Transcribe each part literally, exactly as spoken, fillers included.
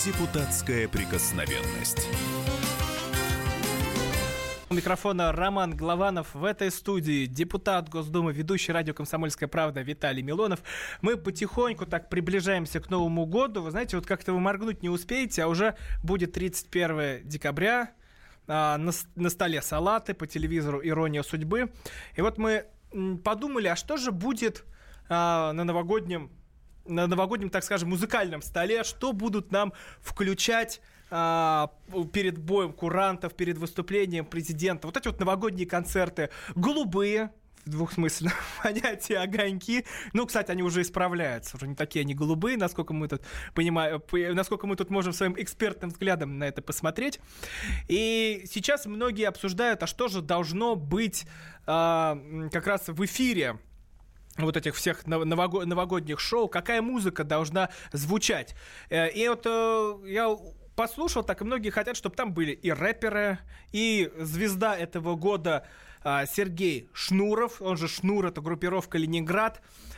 Депутатская прикосновенность. У микрофона Роман Голованов. В этой студии депутат Госдумы, ведущий радио «Комсомольская правда» Виталий Милонов. Мы потихоньку так приближаемся к Новому году. Вы знаете, вот как-то вы моргнуть не успеете, а уже будет тридцать первого декабря. А, на, на столе салаты, по телевизору «Ирония судьбы». И вот мы подумали, а что же будет а, на новогоднем, на новогоднем, так скажем, музыкальном столе, что будут нам включать перед боем курантов, перед выступлением президента. Вот эти вот новогодние концерты голубые, в двухсмысленном понятии, огоньки. Ну, кстати, они уже исправляются. Уже не такие они голубые, насколько мы тут понимаем, насколько мы тут можем своим экспертным взглядом на это посмотреть. И сейчас многие обсуждают, а что же должно быть а, как раз в эфире вот этих всех новогодних шоу, какая музыка должна звучать. И вот я послушал, так и многие хотят, чтобы там были и рэперы, и звезда этого года Сергей Шнуров, он же Шнур, это группировка «Ленинград».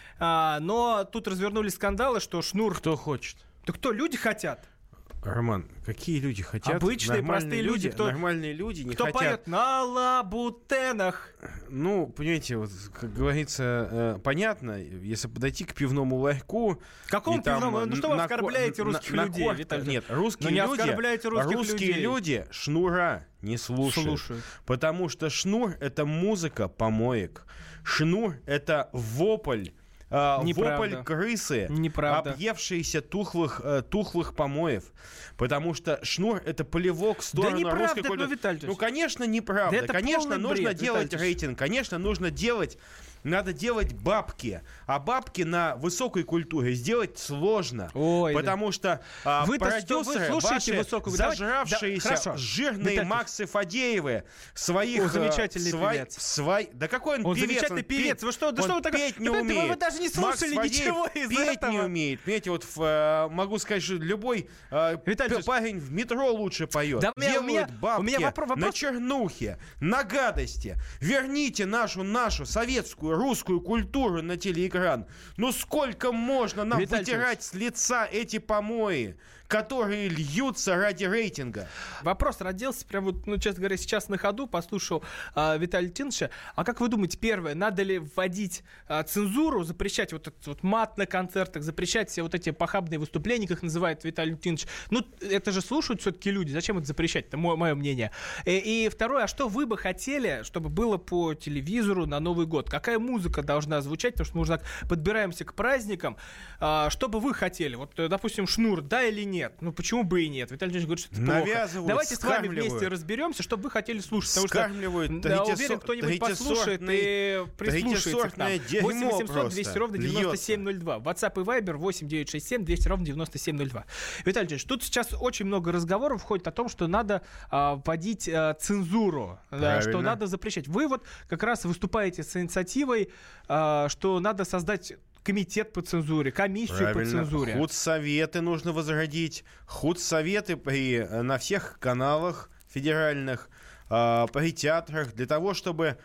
Но тут развернулись скандалы, что Шнур... Кто хочет? Да кто? Люди хотят. Роман, какие люди хотят? Обычные, простые люди. Кто, нормальные люди не кто хотят. Кто поет на лабутенах. Ну, понимаете, вот, как говорится, э, понятно, если подойти к пивному ларьку... Какому пивному? Там, ну что вы оскорбляете на, русских на, людей, на Виталий? Нет, русские ну, не люди... оскорбляйте русских русские людей. люди Шнура не слушают. Слушают. Потому что Шнур — это музыка помоек. Шнур — это вопль. Неправда. Вопль крысы, Неправда. объевшиеся тухлых, тухлых помоев. Потому что Шнур — это плевок в сторону да русской неправда, культуры. Ну, ну, конечно, неправда. Да конечно, нужно бред, делать Витальевич. рейтинг. Конечно, нужно делать... Надо делать бабки. А бабки на высокой культуре сделать сложно. Ой, потому да. что а, вы продюсеры, вы ваши высокую... зажравшиеся, да, жирные Витальевич. Максы Фадеевы, своих... О, замечательный сва... певец. Свой... Да какой он, он певец? замечательный он певец. Петь... Вы что, да он что вы так... петь не вы, умеет. Вы даже не слушали Макс ничего Фадеев из петь этого. не умеет. Понимаете, вот в, могу сказать, что любой Витальевич. парень в метро лучше поет. Да, Делают у меня, бабки у меня вопрос, вопрос... на чернухе, на гадости. Верните нашу, нашу советскую, русскую культуру на телеэкран. Ну сколько можно нам Витальевич. вытирать с лица эти помои, которые льются ради рейтинга? Вопрос родился, прям вот, ну, честно говоря, сейчас на ходу послушал а, Виталия Тиновича. А как вы думаете, первое, надо ли вводить а, цензуру, запрещать вот этот вот мат на концертах, запрещать все вот эти похабные выступления, как их называет Виталий Тинович? Ну, это же слушают все-таки люди, зачем это запрещать? Это мое, мое мнение. И, и второе, а что вы бы хотели, чтобы было по телевизору на Новый год? Какая музыка должна звучать? Потому что мы уже так подбираемся к праздникам. А, что бы вы хотели? Вот, допустим, Шнур, да или нет? Ну, почему бы и нет? Виталий Ильич говорит, что это плохо. Давайте с вами вместе разберемся, что бы вы хотели слушать. Потому скармливают. что, да, уверен, кто-нибудь послушает и прислушается к нам. восемь восемьсот двести ровно девяносто семь ноль два. WhatsApp и Viber восемь девятьсот шестьдесят семь двести ровно девяносто семь ноль два. Виталий Ильич, тут сейчас очень много разговоров входит о том, что надо а, вводить а, цензуру, да, что надо запрещать. Вы вот как раз выступаете с инициативой, а, что надо создать комитет по цензуре, комиссию Правильно. по цензуре. Худсоветы нужно возродить. Худсоветы при, на всех каналах федеральных, э, при театрах, для того, чтобы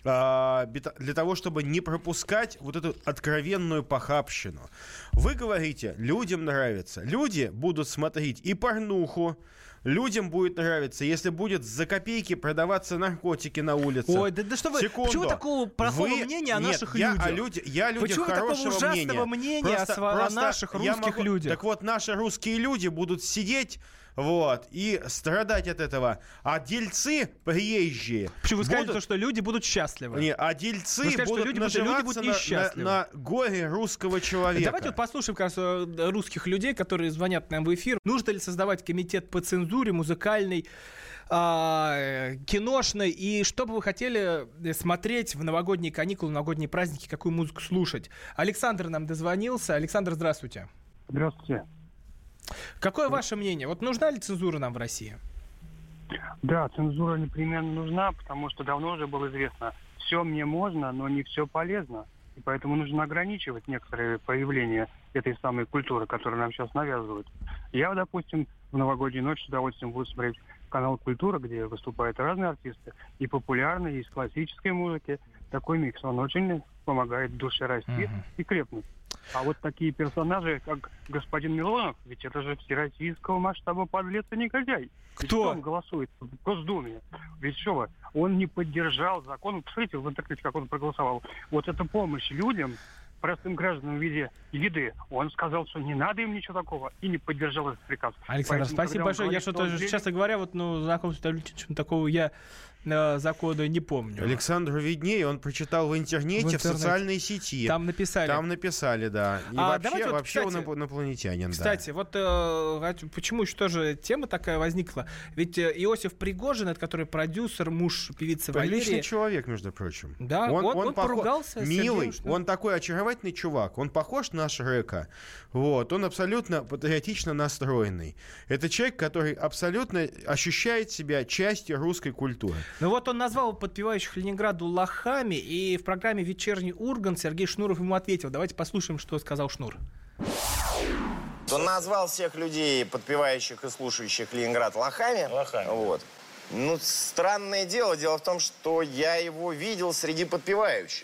э, для того, чтобы не пропускать вот эту откровенную похабщину. Вы говорите, людям нравится. Люди будут смотреть и порнуху, людям будет нравиться, если будет за копейки продаваться наркотики на улице. Ой, да, да что вы, Секунду. Почему такого плохого вы... мнения о Нет, наших я людях? О люди... Я о людях почему хорошего такого ужасного мнения, мнения просто, о, просто о наших русских могу... людях? Так вот, наши русские люди будут сидеть вот, и страдать от этого. А дельцы приезжие... Почему вы будут... скажете, что люди будут счастливы? Нет, а дельцы скажете, будут люди наживаться будут на, на, на горе русского человека. Давайте вот послушаем, кажется, русских людей, которые звонят нам в эфир. Нужно ли создавать комитет по цензуре музыкальной, э, киношной? И что бы вы хотели смотреть в новогодние каникулы, в новогодние праздники, какую музыку слушать? Александр нам дозвонился. Александр, здравствуйте. Здравствуйте. Какое ваше мнение? Вот нужна ли цензура нам в России? Да, цензура непременно нужна, потому что давно уже было известно, все мне можно, но не все полезно. И поэтому нужно ограничивать некоторые проявления этой самой культуры, которую нам сейчас навязывают. Я, допустим, в новогоднюю ночь с удовольствием буду смотреть канал «Культура», где выступают разные артисты, и популярные, и из классической музыки. Такой микс, он очень помогает душе расти uh-huh. и крепнуть. А вот такие персонажи, как господин Милонов, ведь это же всероссийского масштаба подлец и негодяй. Ведь Кто? что он голосует в Госдуме? Ведь что вы, он не поддержал закон. Посмотрите в интернете, как он проголосовал. Вот эта помощь людям, простым гражданам в виде еды, он сказал, что не надо им ничего такого, и не поддержал этот приказ. Александр, Поэтому, спасибо когда он большое. говорит, Я что-то, что он честно говоря, вот, ну, знаком с Виталием Валентиновичем, такого я э, закона не помню. Александру виднее, он прочитал в интернете, в, В интернете. социальной сети. Там написали. Там написали, да. И А, вообще, давайте вот, вообще кстати, он инопланетянин, Кстати, да. вот э, почему еще тоже тема такая возникла? Ведь э, Иосиф Пригожин, это который продюсер, муж певицы Приличный Валерии. человек, между прочим. Да, он, он, похож- поругался с милый, Сергеем он такой очаровательный чувак. Он похож на Шрека. Вот, он абсолютно патриотично настроенный. Это человек, который абсолютно ощущает себя частью русской культуры. Ну вот он назвал подпевающих Ленинграду лохами, и в программе «Вечерний Ургант» Сергей Шнуров ему ответил. Давайте послушаем, что сказал Шнур. Он назвал всех людей, подпевающих и слушающих Ленинград, лохами. Лохами. Вот. Ну, странное дело. Дело в том, что я его видел среди подпевающих.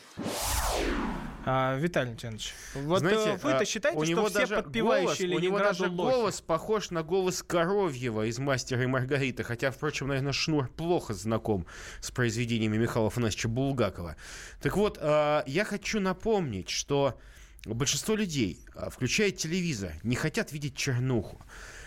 А, Виталий Леонидович, вот Знаете, вы-то а, считаете, у что него все даже подпевающие голос, у него Ленинграду даже лохи? голос похож на голос Коровьева из «Мастера и Маргариты», хотя, впрочем, наверное, Шнур плохо знаком с произведениями Михаила Афанасьевича Булгакова. Так вот, э, я хочу напомнить, что большинство людей, включая телевизор, не хотят видеть чернуху.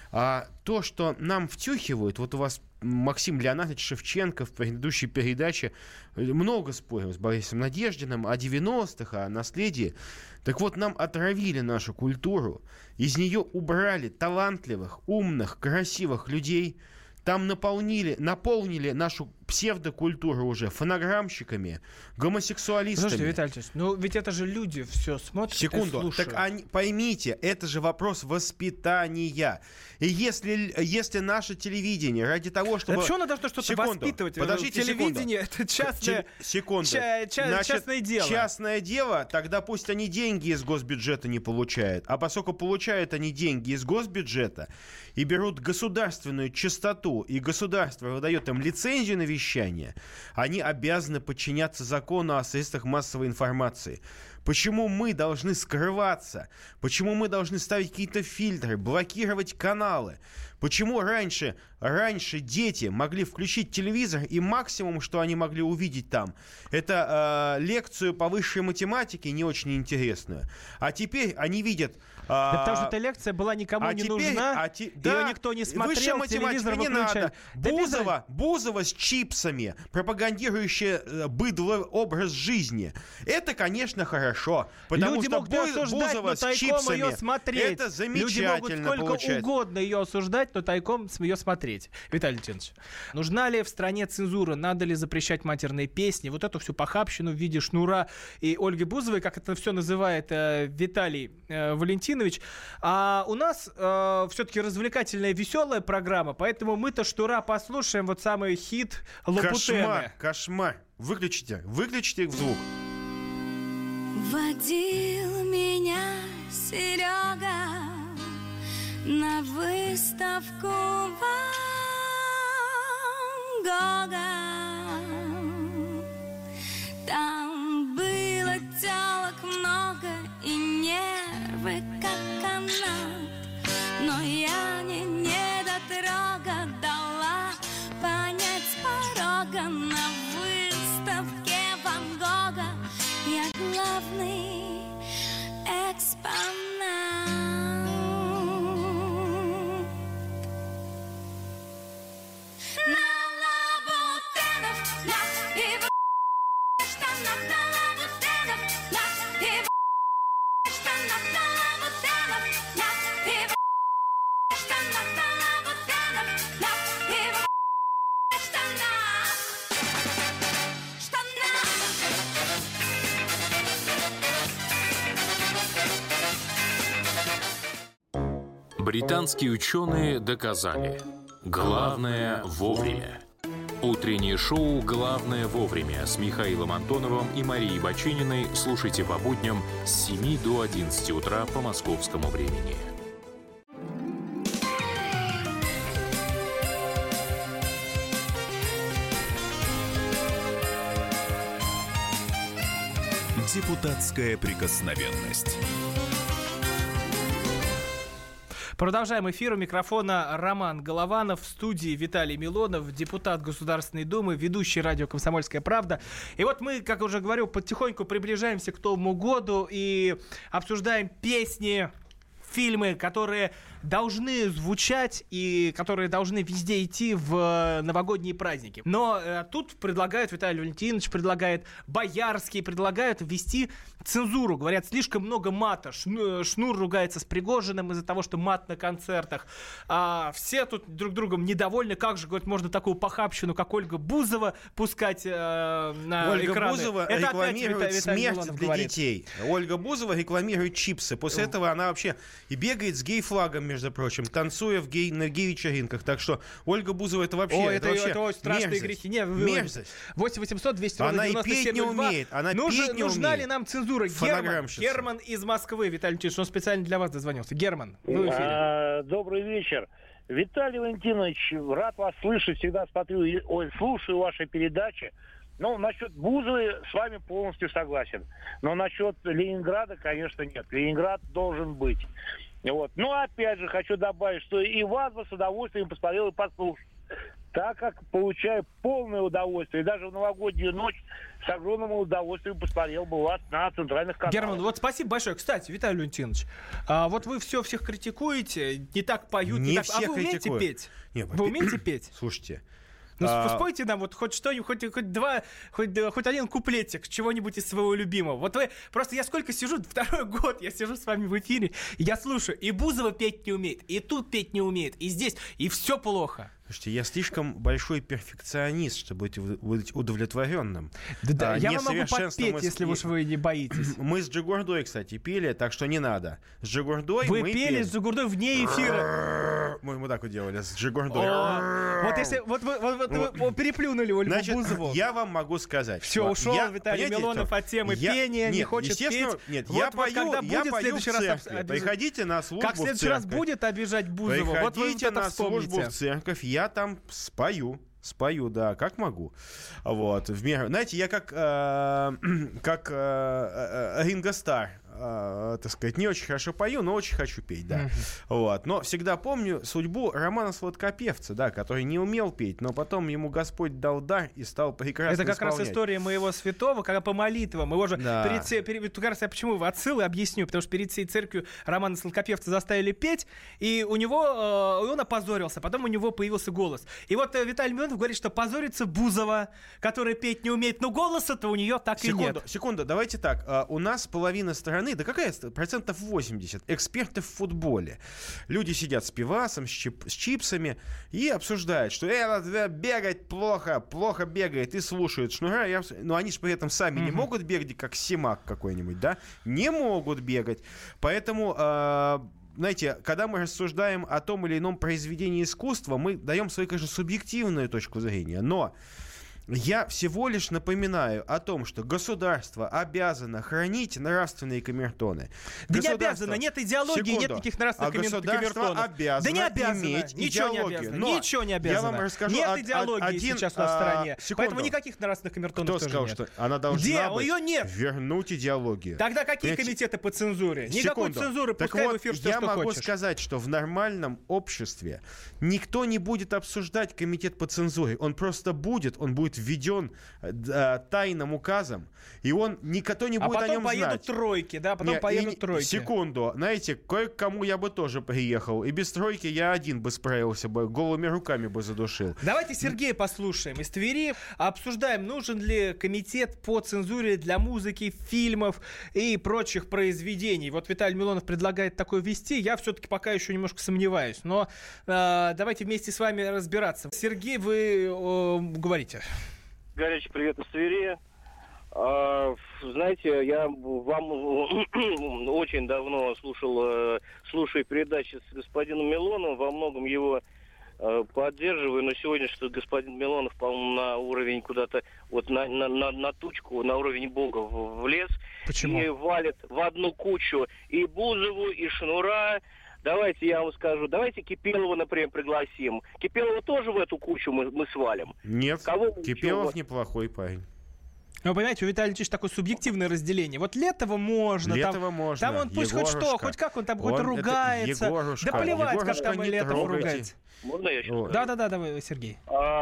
А то, что нам втюхивают, вот у вас Максим Леонардович Шевченко в предыдущей передаче много спорил с Борисом Надеждиным о девяностых, о наследии. Так вот, нам отравили нашу культуру, из нее убрали талантливых, умных, красивых людей, там наполнили, наполнили нашу псевдокультуру уже фонограммщиками, гомосексуалистами. Слушайте, Виталий Ильич, ну ведь это же люди все смотрят Секунду. и слушают. Так они, поймите, это же вопрос воспитания. И если, если наше телевидение ради того, чтобы... Да почему надо что-то Секунду. воспитывать? Подождите Телевидение секунду. — это частное, Те- секунду. ча- ча- Значит, частное дело. Частное дело, тогда пусть они деньги из госбюджета не получают. А поскольку получают они деньги из госбюджета и берут государственную чистоту, и государство выдает им лицензию на вещание, они обязаны подчиняться закону о средствах массовой информации. Почему мы должны скрываться? Почему мы должны ставить какие-то фильтры, блокировать каналы? Почему раньше, раньше дети могли включить телевизор, и максимум, что они могли увидеть там, это э, лекцию по высшей математике, не очень интересную. А теперь они видят... Э, Да потому что эта лекция была никому а не теперь, нужна, а те, ее да, никто не высшая смотрел, математика телевизор не выключали. надо. Да Бузова, Бузова с чипсами, пропагандирующая э, быдлый образ жизни. Это, конечно, хорошо. Потому Люди что могут ее Бу- осуждать, Бузова но с тайком чипсами, ее смотреть. это Люди могут замечательно сколько получается. угодно ее осуждать, но тайком ее смотреть. Виталий Леонидович, нужна ли в стране цензура? Надо ли запрещать матерные песни? Вот эту всю похабщину в виде Шнура и Ольги Бузовой, как это все называет э, Виталий э, Валентинович. А у нас э, все-таки развлекательная, веселая программа, поэтому мы-то Шнура послушаем. Вот самый хит «Лабутены». Кошмар, кошмар. Выключите, выключите их звук. Водил меня Серега на выставку Ван Гога. Там было тёлок много и нервы как канат, но я не недотрога дала понять с порога. На выставке Ван Гога я главный экспонат. На лабутенах, на его штанах, на лабутенах, на его штанах, на лабутенах, на его штанах, на лабутенах, на его штанах, штанах. Британские ученые доказали: главное вовремя. Утреннее шоу «Главное вовремя» с Михаилом Антоновым и Марией Бачининой слушайте по будням с семи до одиннадцати утра по московскому времени. Депутатская прикосновенность. Продолжаем эфир. У микрофона Роман Голованов, в студии Виталий Милонов, депутат Государственной Думы, ведущий радио «Комсомольская правда». И вот мы, как уже говорил, потихоньку приближаемся к Новому году и обсуждаем песни, фильмы, которые должны звучать и которые должны везде идти в новогодние праздники. Но э, тут предлагают, Виталий Валентинович предлагает, Боярский предлагают ввести цензуру. Говорят, слишком много мата. Шну, Шнур ругается с Пригожиным из-за того, что мат на концертах. А все тут друг другом недовольны. Как же, говорят, можно такую похабщину, как Ольга Бузова, пускать э, на Ольга экраны? Бузова Это рекламирует опять Виталий смерть Милонов для говорит. детей. Ольга Бузова рекламирует чипсы. После этого она вообще и бегает с гей-флагом, между прочим, танцуя в гей, на гей-вечеринках. Так что Ольга Бузова это вообще... Ой, это, это, вообще это очень страшные мерзость. грехи. Не, мерзость. восемь восемьсот двести Она и девяносто семь петь не ноль два. умеет. Она Нужен, петь не нужна умеет. ли нам цензура? Герман, Фонограммщица. Герман из Москвы. Виталий Валентинович, он специально для вас дозвонился. Герман, вы в эфире. А, добрый вечер. Виталий Валентинович, рад вас слышать. Всегда смотрю, и- ой, слушаю ваши передачи. Ну, насчет Бузовой с вами полностью согласен. Но насчет Ленинграда, конечно, нет. Ленинград должен быть. Вот. Но опять же хочу добавить, что и вас бы с удовольствием посмотрел и послушал. Так как получаю полное удовольствие. И даже в новогоднюю ночь с огромным удовольствием посмотрел бы вас на центральных каналах. Герман, вот спасибо большое. Кстати, Виталий Валентинович, а вот вы все всех критикуете, не так поют, не, Не так... А всех вы умеете критикую. петь? Не, Вы умеете петь? Слушайте. Ну, а, спойте нам вот хоть что-нибудь, хоть, хоть два, хоть, да, хоть один куплетик чего-нибудь из своего любимого. Вот вы, просто я сколько сижу, второй год я сижу с вами в эфире, и я слушаю, и Бузова петь не умеет, и тут петь не умеет, и здесь, и все плохо. Слушайте, я слишком большой перфекционист, чтобы быть уд- быть удовлетворенным. Да, А, я вам могу несовершенством подпеть, из- если уж вы не боитесь. Мы с Джигурдой, кстати, пели, так что не надо. С Джигурдой Вы мы пели с Джигурдой вне эфира. Мы, мы так вот делали с Джигурдой. О, вот если вот вы, вот, вот вы вот переплюнули Ольгу Значит, Бузову. я вам могу сказать. Все, что ушел я- Виталий понимаете, Милонов что от темы я- пения, не нет, хочет естественно, петь. Нет, Вот- я вот пою, когда я будет в пою следующий в раз церкви. обиж- Приходите на службу Как в в следующий раз церковь. будет обижать Бузову, вот вы Приходите вот это на службу в вспомните. церковь, я там спою. Спою, да, как могу. Вот, в меру. Знаете, я как, э, как э, э, Ринго Стар, э, так сказать, не очень хорошо пою, но очень хочу петь, да. Вот. Но всегда помню судьбу Романа Сладкопевца, да, который не умел петь, но потом ему Господь дал дар и стал прекрасно Это как исполнять. раз история моего святого, когда по молитвам. Его же Да. перед всей, перед, как раз я почему отсылы объясню, потому что перед всей церковью Романа Сладкопевца заставили петь, и у него э, он опозорился, потом у него появился голос. И вот э, Виталий Милонов говорит, что позорится Бузова, которая петь не умеет, но голоса-то у нее так и Секунду, нет. секунду, давайте так. А, у нас половина страны, да какая ст- процентов восемьдесят, эксперты в футболе. Люди сидят с пивасом, с, чип- с чипсами и обсуждают, что э, бегать плохо, плохо бегает, и слушают Шнура. И абс- но они же при этом сами не могут бегать, как Симак какой-нибудь, да? Не могут бегать. Поэтому... а, знаете, когда мы рассуждаем о том или ином произведении искусства, мы даем свою, конечно, субъективную точку зрения, но я всего лишь напоминаю о том, что государство обязано хранить нравственные камертоны. Да не Государство- обязано, нет идеологии, нет Секунду. никаких нравственных а камер- государство камертонов. обязано Да не обязано, иметь ничего не идеологию. обязано, Но ничего не обязано. Я вам расскажу нет од- идеологии один, сейчас у нас в а, стране, секунду. поэтому никаких нравственных камертонов Кто тоже сказал, нет. что она должна Где? быть? Ее нет. Вернуть идеологию. Тогда какие Понимаете? комитеты по цензуре? Никакой Секунду. цензуры, Так пускай вот, в эфир что, я что могу хочешь. сказать, что в нормальном обществе никто не будет обсуждать комитет по цензуре. Он просто будет, он будет введен э, д- тайным указом, и он никто не А будет о потом нем поедут знать. тройки, да, потом Не, поедут и- тройки. Секунду. Знаете, кое-кому я бы тоже приехал. И без тройки я один бы справился бы, голыми руками бы задушил. Давайте Сергея послушаем из Твери. Обсуждаем, нужен ли комитет по цензуре для музыки, фильмов и прочих произведений. Вот Виталий Милонов предлагает такое ввести. Я все-таки пока еще немножко сомневаюсь. Но э, давайте вместе с вами разбираться. Сергей, вы э, говорите. Горячий привет из Твери. А, знаете, я вам очень давно слушал, э, слушаю передачи с господином Милоновым, во многом его э, поддерживаю, но сегодня что господин Милонов, по-моему, на уровень куда-то, вот на, на, на, на тучку, на уровень бога в- влез. Почему? И валит в одну кучу и Бузову, и Шнура. Давайте я вам скажу, давайте Кипелова, например, пригласим. Кипелова тоже в эту кучу мы, мы свалим. Нет, Кого? Кипелов Чего? неплохой парень. Вы понимаете, у Виталия Ильича такое субъективное разделение. Вот Летова можно. Летова там, можно. Там он пусть Егорушка. хоть что, хоть как он там хоть Он- ругается. это Егорушка. Да плевать, Егорушка, как там не Летова трогайте. ругается. Можно я сейчас Вот. Да, да, да, давай, Сергей. А,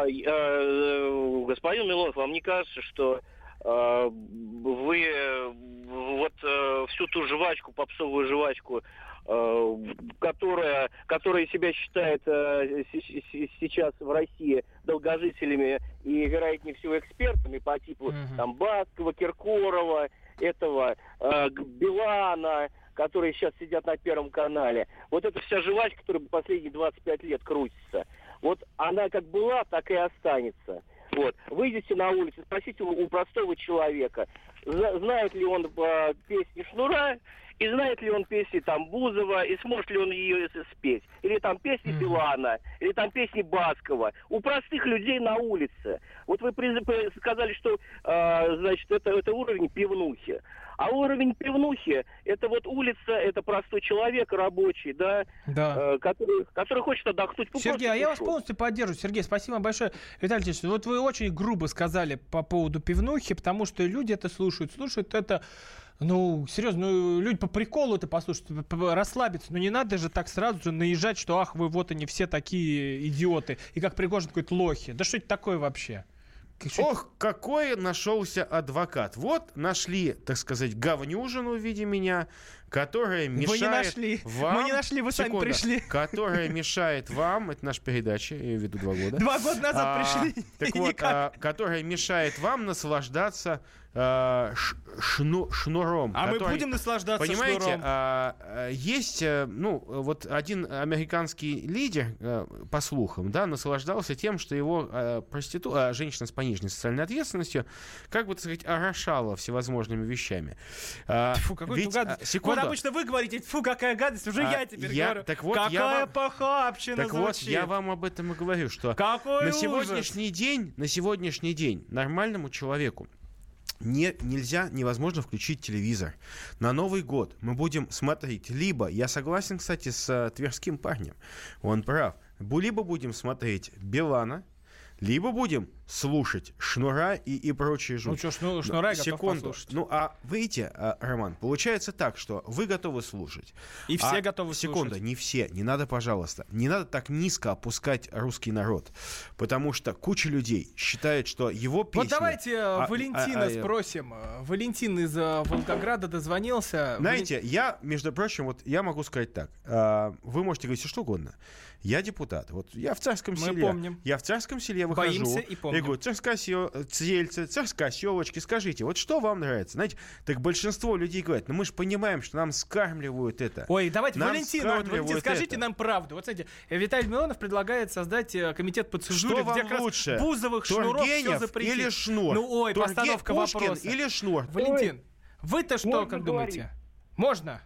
э, господин Милонов, вам не кажется, что э, вы э, вот э, всю ту жвачку, попсовую жвачку, э, которая, которая себя считает э, с- с- сейчас в России долгожителями и, вероятнее всего, экспертами по типу Мгм. там Баскова, Киркорова, этого э, Г- Билана, которые сейчас сидят на Первом канале. Вот эта вся жвачка, которая последние двадцать пять лет крутится, вот она как была, так и останется. Вот. Выйдите на улицу, спросите у, у простого человека, зна- знает ли он э, песни Шнура, и знает ли он песни там Бузова, и сможет ли он ее с- спеть. Или там песни Мгм. Билана, или там песни Баскова. У простых людей на улице. Вот вы приз- при- сказали, что э, значит, это, это уровень пивнухи. А уровень пивнухи, это вот улица, это простой человек, рабочий, да, Да. э, который, который хочет отдохнуть. Ну, Сергей, просто а я вас кушать. полностью поддерживаю. Сергей, спасибо вам большое. Виталий Ильич, вот вы очень грубо сказали по поводу пивнухи, потому что люди это слушают. Слушают это, ну, серьезно, ну, люди по приколу это послушают, п- п- расслабиться. Но не надо же так сразу же наезжать, что, ах, вы вот они все такие идиоты. И как Пригожин какой-то лохи. Да что это такое вообще? Как- что это- Ох, какой нашелся адвокат. Вот нашли, так сказать, говнюжину в виде меня, которая мешает Вы не нашли. вам... Мы не нашли, вы сами Секунду. пришли. Которая мешает вам, это наша передача, я ее веду два года. Два года назад А, пришли. Так и вот, никак. а, которая мешает вам наслаждаться а, ш- шну- шнуром. А мы который- будем наслаждаться Понимаете, шнуром. а, а, есть, э, ну, вот один американский лидер, э, по слухам, да, наслаждался тем, что его э, проститу... а, женщина с пониженной социальной ответственностью, как бы, так сказать, орошала всевозможными вещами. А, Фу, какой ведь, гадость. а, секунду. Вот обычно вы говорите, фу, какая гадость, уже А, я теперь я- говорю. так вот, какая я вам- похабщина Так вот, звучит. я вам об этом и говорю, что Какой на ужас. сегодняшний день, на сегодняшний день нормальному человеку не, нельзя, невозможно включить телевизор. На Новый год мы будем смотреть либо, я согласен, кстати, с э, тверским парнем, он прав, бу- либо будем смотреть Билана, либо будем слушать Шнура и, и прочие жуть. Ну что, шну, шнура я готов Секунду. послушать. Ну, а видите, а, Роман, получается так, что вы готовы слушать. И все А, готовы секунду, слушать. не все. Не надо, пожалуйста. Не надо так низко опускать русский народ. Потому что куча людей считает, что его песни... Вот давайте э, а, Валентина а, а, спросим. Э, Валентин из э, Волгограда дозвонился. Знаете, я, между прочим, вот я могу сказать так. а, Вы можете говорить все что угодно. Я депутат. Вот я в Царском Мы селе. помним. Я в Царском селе выхожу. Боимся и помним. Я говорю, Царское село, Цельце, Царское селочки, скажите, вот что вам нравится? Знаете, так большинство людей говорят, ну мы же понимаем, что нам скармливают это. Ой, давайте, Нам Валентина, вот, скармливают Валентин, скажите это. нам правду. Вот, смотрите, Виталий Милонов предлагает создать э, комитет по цензуре, Что где вам как раз лучше? Бузовых, Шнуров все Тургенев запретить. или Шнур? Ну, ой, Турге- постановка Пушкин вопроса. или Шнур? Валентин, вы-то что, Можно как говорить? думаете? Можно?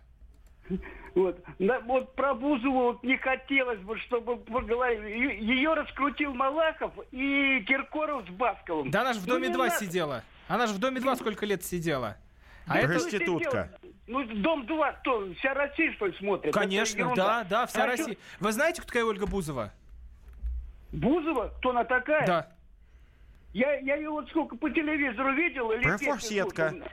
Вот, На- вот про Бузову вот не хотелось бы, чтобы поговорили. Ее раскрутил Малахов и Киркоров с Басковым. Да она же в Ну, Доме не два надо. сидела. Она же в Доме два сколько лет сидела. А это... Проститутка. Ну, Дом два, кто? Вся Россия, что ли, смотрит? Это Конечно, ерунда. да, да, вся А Россия. Вы знаете, кто такая Ольга Бузова? что, Бузова? Кто она такая? Да. Я, я ее вот сколько по телевизору видел. Или песни Профорсетка. слушал.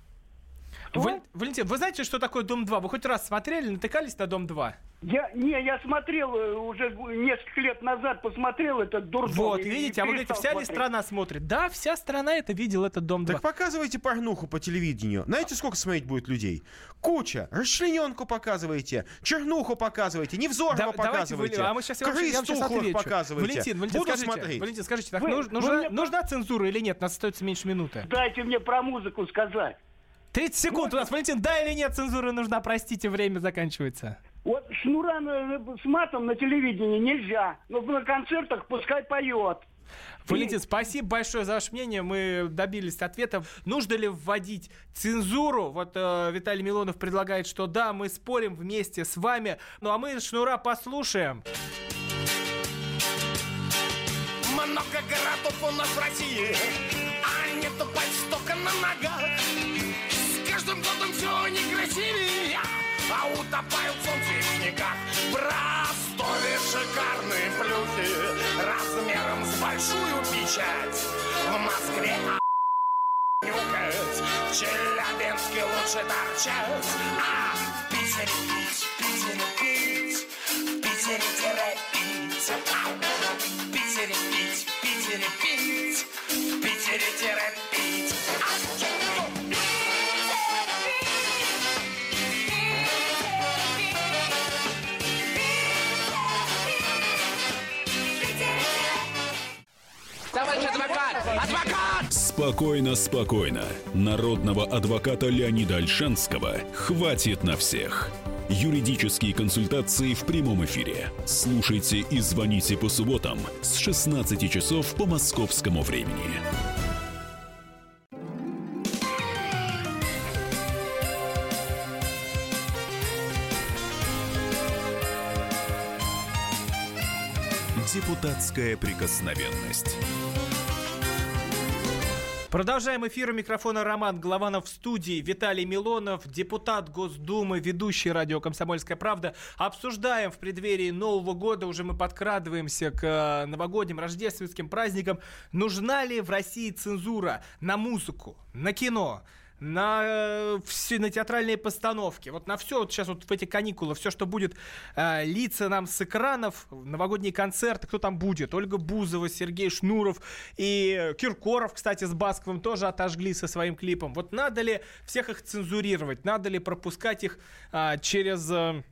Кто? Вал- Валентин, вы знаете, что такое Дом два? Вы хоть раз смотрели, натыкались на Дом два? Я, не, я смотрел э, уже несколько лет назад, посмотрел этот дурдом. Вот, и- видите, и а вы говорите, перестал вся ли смотреть. страна смотрит? Да, вся страна это видел, этот Дом два. Так показывайте порнуху по телевидению. Знаете, сколько смотреть будет людей? Куча. Расчлененку показывайте, чернуху показывайте, невзорного Да- давайте, показывайте. Валентин, а мы сейчас, я вам щас- я вам щас Крыс тухлых отвечу. показывайте. Валентин, Валентин, Буду скажите, смотреть. Валентин, скажите, так Вы- нуж- вы нужна, мне- нужна цензура или нет? Нас остается меньше минуты. Дайте мне про музыку сказать. тридцать секунд у нас, Валентин, да или нет, цензура нужна, простите, время заканчивается. Вот Шнура на- с матом на телевидении нельзя, но на концертах пускай поет. Валентин, спасибо большое за ваше мнение. Мы добились ответа. Нужно ли вводить цензуру? Вот э, Виталий Милонов предлагает, что да, мы спорим вместе с вами. Ну а мы Шнура послушаем. Много городов у нас в России, а не тупать столько на ногах. С каждым годом все некрасивее, а утопают в солнце и в снегах. Простое шикарные плюхи размером с большую печать. В Москве а***ню В Челябинске лучше торчать, а в Питере пить, в Питере пить, в Питере тире пить, в Питере пить, в Питере пить, в Питере тире пить. Товарищ адвокат! Адвокат! Спокойно, спокойно. Народного адвоката Леонида Ольшанского хватит на всех. Юридические консультации в прямом эфире. Слушайте и звоните по субботам с шестнадцати часов по московскому времени. Депутатская прикосновенность. Продолжаем эфир. У микрофона Роман Голованов, в студии Виталий Милонов, депутат Госдумы, ведущий радио «Комсомольская правда». Обсуждаем в преддверии Нового года, уже мы подкрадываемся к новогодним, рождественским праздникам. Нужна ли в России цензура на музыку, на кино, на, все, на театральные постановки, вот на все, вот сейчас вот в эти каникулы, все, что будет э, литься нам с экранов, новогодние концерты, кто там будет? Ольга Бузова, Сергей Шнуров и Киркоров, кстати, с Басковым тоже отожгли со своим клипом. Вот надо ли всех их цензурировать, надо ли пропускать их э, через... Э,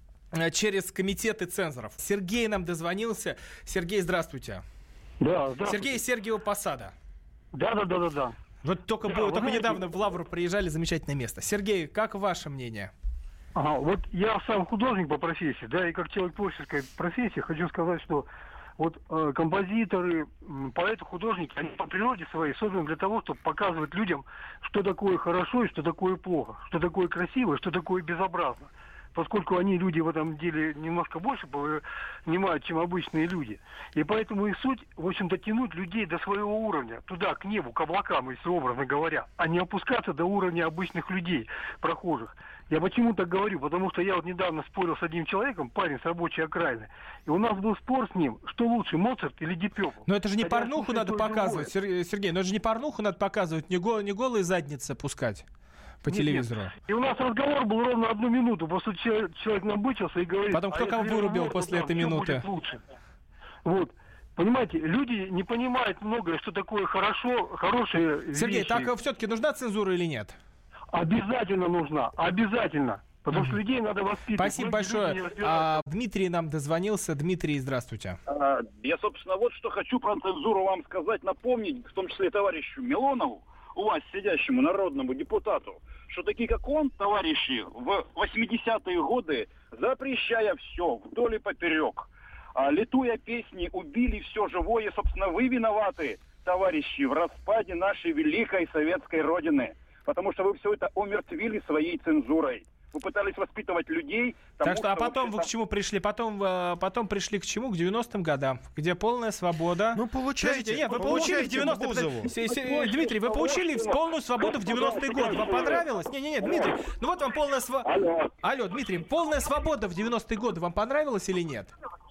через комитеты цензоров? Сергей нам дозвонился. Сергей, здравствуйте. Да, здравствуйте. Сергей Сергиева Посада. Да, да, да, да, да. Вот только, Да, было, только знаете, недавно в Лавру приезжали, замечательное место. Сергей, как ваше мнение? Ага, вот я сам художник по профессии, да, и как человек творческой профессии хочу сказать, что вот э, композиторы, поэты, художники, они по природе своей созданы для того, чтобы показывать людям, что такое хорошо и что такое плохо, что такое красиво и что такое безобразно. Поскольку они, люди в этом деле, немножко больше понимают, чем обычные люди. И поэтому их суть, в общем-то, тянуть людей до своего уровня, туда, к небу, к облакам, если образно говоря, а не опускаться до уровня обычных людей, прохожих. Я почему так говорю? Потому что я вот недавно спорил с одним человеком, парень с рабочей окраины, и у нас был спор с ним, что лучше, Моцарт или Deep Purple. Но это же не порнуху надо показывать, другое. Сергей, но это же не порнуху надо показывать, не, гол, не голые задницы пускать по нет, телевизору. Нет. И у нас разговор был ровно одну минуту, после того человек набычился и говорит... Потом кто а кого вырубил после этой минуты? Лучше. Вот. Понимаете, люди не понимают многое, что такое хорошо, хорошие Сергей, вещи. так все-таки нужна цензура или нет? Обязательно нужна, обязательно. Потому mm-hmm. что людей надо воспитывать. Спасибо большое. А, Дмитрий нам дозвонился. Дмитрий, здравствуйте. А, я, собственно, вот что хочу про цензуру вам сказать, напомнить, в том числе товарищу Милонову, у вас сидящему народному депутату, что такие, как он, товарищи, в восьмидесятые годы, запрещая все вдоль и поперек, а, литуя песни, убили все живое, собственно, вы виноваты, товарищи, в распаде нашей великой советской родины, потому что вы все это умертвили своей цензурой. Вы пытались воспитывать людей. Тому, так что, а потом что вы к чему пришли? Потом, потом пришли к чему? К девяностым годам, где полная свобода. Ну, получаете. Нет, вы получили в девяностые годы. Дмитрий, вы получили полную свободу в девяностые годы. Вам понравилось? Не-не-не, Дмитрий, ну вот вам полная свобода. Алло. Алло, Дмитрий, полная свобода в девяностые годы вам понравилась или нет?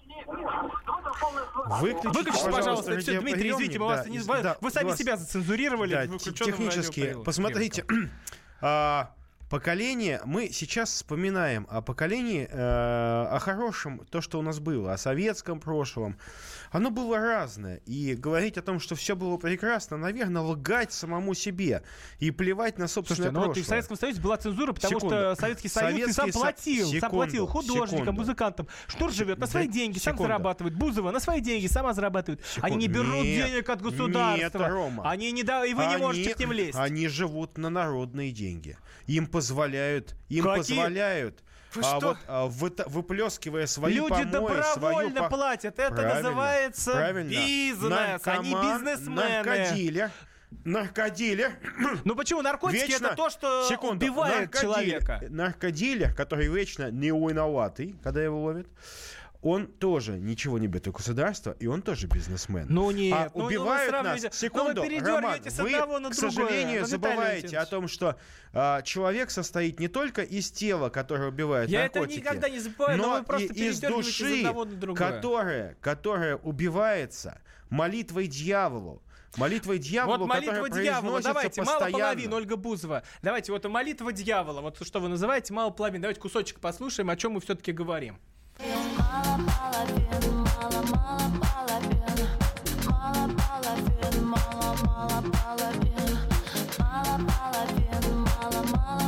Выключите, Выключите, пожалуйста, пожалуйста, все, Дмитрий, извините, мы да, вас не... да, вы сами вас... себя зацензурировали. Да, технически, посмотрите, а, поколение, мы сейчас вспоминаем о поколении, э, о хорошем, то, что у нас было, о советском прошлом. Оно было разное. И говорить о том, что все было прекрасно, наверное, лгать самому себе и плевать на собственное Слушайте, прошлое. Ну вот и в Советском Союзе была цензура, потому Секунду. что Советский Союз Советский сам платил, Секунду. сам платил художникам, Секунду. музыкантам. Штур живет на свои Да, деньги, секунду. сам зарабатывает. Бузова на свои деньги сама зарабатывает. Секунду. Они не берут Нет, денег от государства. Нет, Рома. Они не да, и вы они, не можете к ним лезть. Они живут на народные деньги. Им позволяют, им Какие? позволяют. Вы а что? вот а, вы, выплескивая свои Люди помои, добровольно свою... платят. Это правильно, называется правильно. бизнес. Наркоман, Они бизнесмены. Наркодилер. Наркодилер. Ну почему? Наркотики Вечно... это то, что Секунду. убивает Наркодилер. человека. Наркодилер, который вечно не виноватый, когда его ловят, он тоже ничего не берет у государства, и он тоже бизнесмен. Ну нет, а ну, убивают ну, нас. Ну, Секунду, вы Роман, с вы, одного на к другое. сожалению, Ну, забываете о том, что а, человек состоит не только из тела, которое убивает Я наркотики, это никогда не забываю, но, но вы просто и из души, из одного на другое. которая, которая убивается молитвой дьяволу, Молитвой дьяволу, Вот молитва которая дьявола. произносится Давайте, постоянно. мало половин, Ольга Бузова. Давайте, вот молитва дьявола. Вот что вы называете, мало половин. Давайте кусочек послушаем, о чем мы все-таки говорим. Мало половин, мало, мало половин. Мало половин, мало, мало половин. Мало половин, мало, мало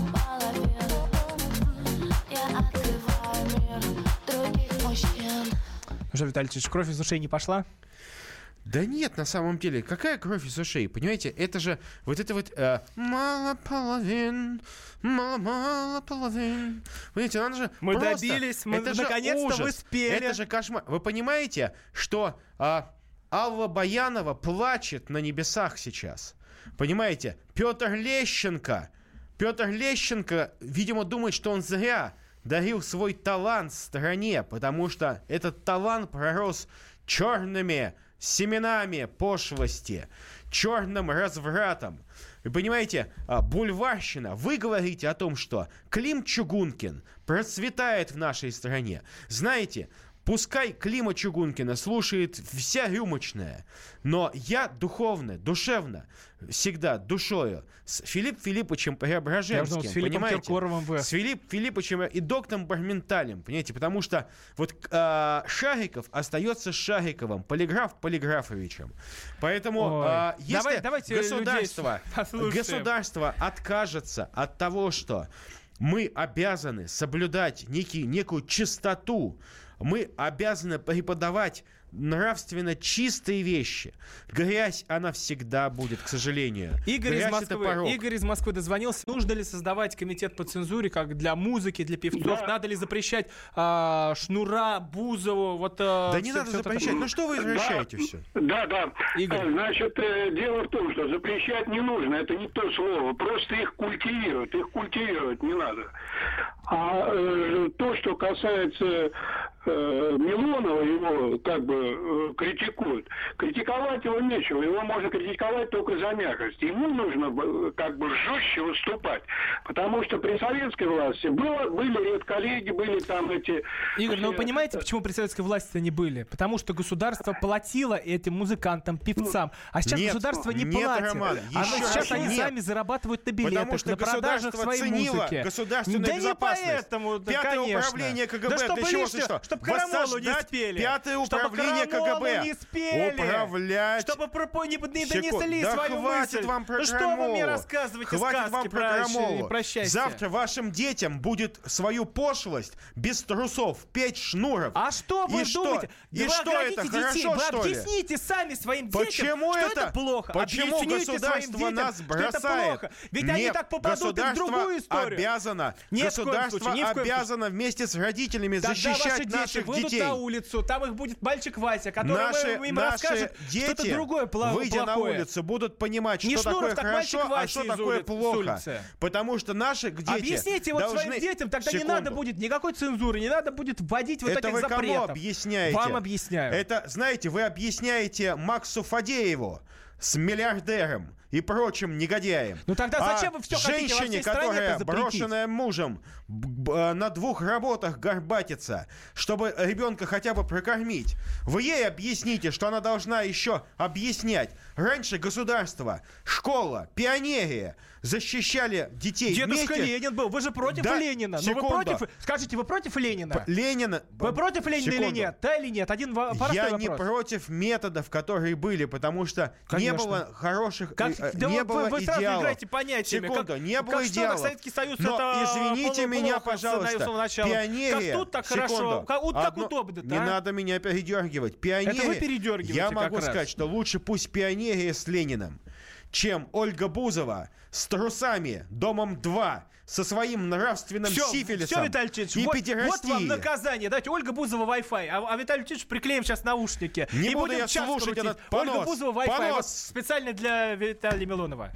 половин. Я открываю мир других мужчин. Ну что, Виталий Ильич, кровь из ушей не пошла? Да нет, на самом деле, какая кровь из ушей? Понимаете, это же вот это вот э, мало половин, мало-мало половин. Понимаете, надо же Мы просто, добились, мы это же наконец-то ужас, вы спели. Это же кошмар. Вы понимаете, что э, Алла Баянова плачет на небесах сейчас? Понимаете, Петр Лещенко, Петр Лещенко, видимо, думает, что он зря дарил свой талант стране, потому что этот талант пророс черными семенами пошлости, черным развратом. Вы понимаете, бульварщина, вы говорите о том, что Клим Чугункин процветает в нашей стране. Знаете, пускай Клима Чугункина слушает вся рюмочная, но я духовно, душевно, всегда душою с Филиппом Филипповичем Преображенским, с Филиппом понимаете? Киркоровым вы. С Филиппом Филипповичем и доктором Барменталем, понимаете? Потому что вот э, Шариков остается Шариковым, Полиграф Полиграфовичем. Поэтому э, если Давай, давайте государство, людей государство откажется от того, что мы обязаны соблюдать некий, некую чистоту, мы обязаны преподавать нравственно чистые вещи. Грязь, она всегда будет, к сожалению. Игорь из, Грязь — это Москвы. порок. Игорь из Москвы дозвонился. Нужно ли создавать комитет по цензуре, как для музыки, для певцов? Да. Надо ли запрещать а, Шнура, Бузову? Вот, а, Да не всё- надо всё это запрещать. такое? Ну что вы извращаете все? Да, да. Игорь. Значит, э, дело в том, что запрещать не нужно, это не то слово. Просто их культивировать, их культивировать не надо. А э, то, что касается э, Милонова, его как бы э, критикуют. Критиковать его нечего, его можно критиковать только за мягкость. Ему нужно э, как бы жестче выступать, потому что при советской власти было, были редколлеги, были там эти... Игорь, ну вы все- понимаете, почему при советской власти они были? Потому что государство платило этим музыкантам, певцам. А сейчас Нет, государство не нет, платит. Роман, А еще сейчас раз, они нет. сами зарабатывают на билетах, Потому что на продажах государство своей ценило музыки. государственную да безопасность. не поэтому, да, Пятое конечно. управление КГБ Да для чтобы чего? лишнее, Что? чтобы Карамолу не Воссоздать спели. Пятое Чтобы управление Карамолу КГБ. не спели. Управлять. Чтобы про не, не Секунд. донесли Да свою хватит мысль. вам про Ну что вы мне крамолу. рассказываете Хватит сказки вам про про крамолу. про счастье? Завтра вашим детям будет свою пошлость без трусов петь Шнуров. А что вы И что? думаете? И Да вы что оградите это? детей, Хорошо, вы что ли? объясните сами своим детям, Почему что это? это плохо. Почему Объясните своим государство детям, нас что бросает? это плохо. Ведь Нет, они так попадут и в государство другую историю. обязано, Ни в коем государство случае, ни в коем обязано вместе с родителями Тогда защищать ваши дети наших выйдут детей. на улицу, там их будет мальчик Вася, который Наши, им наши расскажет что-то дети, другое пла- выйдя на плохое. улицу, будут понимать, Не что Шнуров, такое так хорошо, мальчик а Вася что из такое улиц- с плохо. улицы. Потому что наши дети Объясните вот должны... своим детям, тогда Секунду. не надо будет никакой цензуры, не надо будет вводить вот Это этих вы запретов. кому объясняете? Вам объясняю. Это, знаете, вы объясняете Максу Фадееву с миллиардером и прочим негодяем. Ну тогда А зачем вы всё хотите во женщине, всей стране которая это запретить? брошенная мужем б- б- на двух работах горбатится, чтобы ребенка хотя бы прокормить, вы ей объясните, что она должна еще объяснять. Раньше государство, школа, пионерия защищали детей Дедушка вместе. Ленин был. Вы же против Да, Ленина. Ну вы секунду. против... Скажите, вы против Ленина? П- Ленина... Вы против Ленина или Секунду. нет? Да или нет? Один во- простой Я вопрос. не против методов, которые были, потому что Конечно. не было хороших, Как- э, да не вы- было вы сразу идеалов. играете понятиями. Секунду, Как- не было как что, так идеалов. Советский Союз Но это извините полу- меня, плохо пожалуйста. с начала. Пионерия. Как тут так Секунду. хорошо, как, вот так Одно- удобно. Не надо меня передергивать. Пионерия. Это вы передергиваете Я как могу раз. сказать, что лучше пусть пионерия с Лениным, чем Ольга Бузова с трусами, домом два, со своим нравственным Все, сифилисом все, Виталий Ильич, и вот, вот педерастией. вам наказание. Давайте Ольга Бузова Wi-Fi, а, а Виталий Ильич приклеим сейчас наушники. Не и буду будем я час слушать крутить. этот понос. Ольга Бузова Wi-Fi. Понос. Вот специально для Виталия Милонова.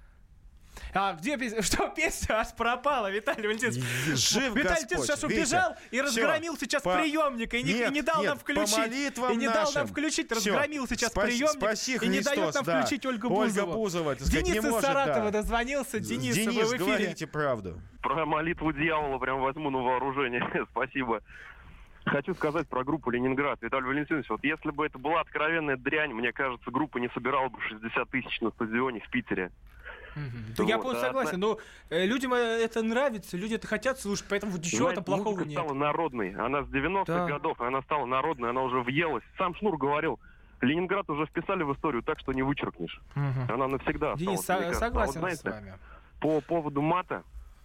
А где песня? Что песня аж пропала, Виталий Валентинович? Жив Виталий Господь, Валентинович сейчас видите? убежал и Всё. разгромил сейчас По- приемник и не, Нет, и не дал нет, нам включить. по молитвам И не дал нам нашим. включить, Всё. разгромил сейчас Спаси- приемник спаси и не дает Христос, нам да. включить Ольгу Ольга Бузову. Бузова, так сказать, Денис не из может, Саратова да. дозвонился. Денис, Денис, вы в эфире. говорите правду. Про молитву дьявола прям возьму на вооружение. Спасибо. хочу сказать про группу «Ленинград». Виталий Валентинович, вот если бы это была откровенная дрянь, мне кажется, группа не собирала бы шестьдесят тысяч на стадионе в Питере. Mm-hmm. Вот, я полностью согласен, а, но э, людям это нравится, люди это хотят слушать, поэтому ничего там плохого музыка нет. Стала народной, она с девяностых да. годов, она стала народной, она уже въелась. Сам Шнур говорил, Ленинград уже вписали в историю так, что не вычеркнешь. Mm-hmm. Она навсегда Денис, осталась. Со- согласен а вот, знаете, с вами. По поводу мата,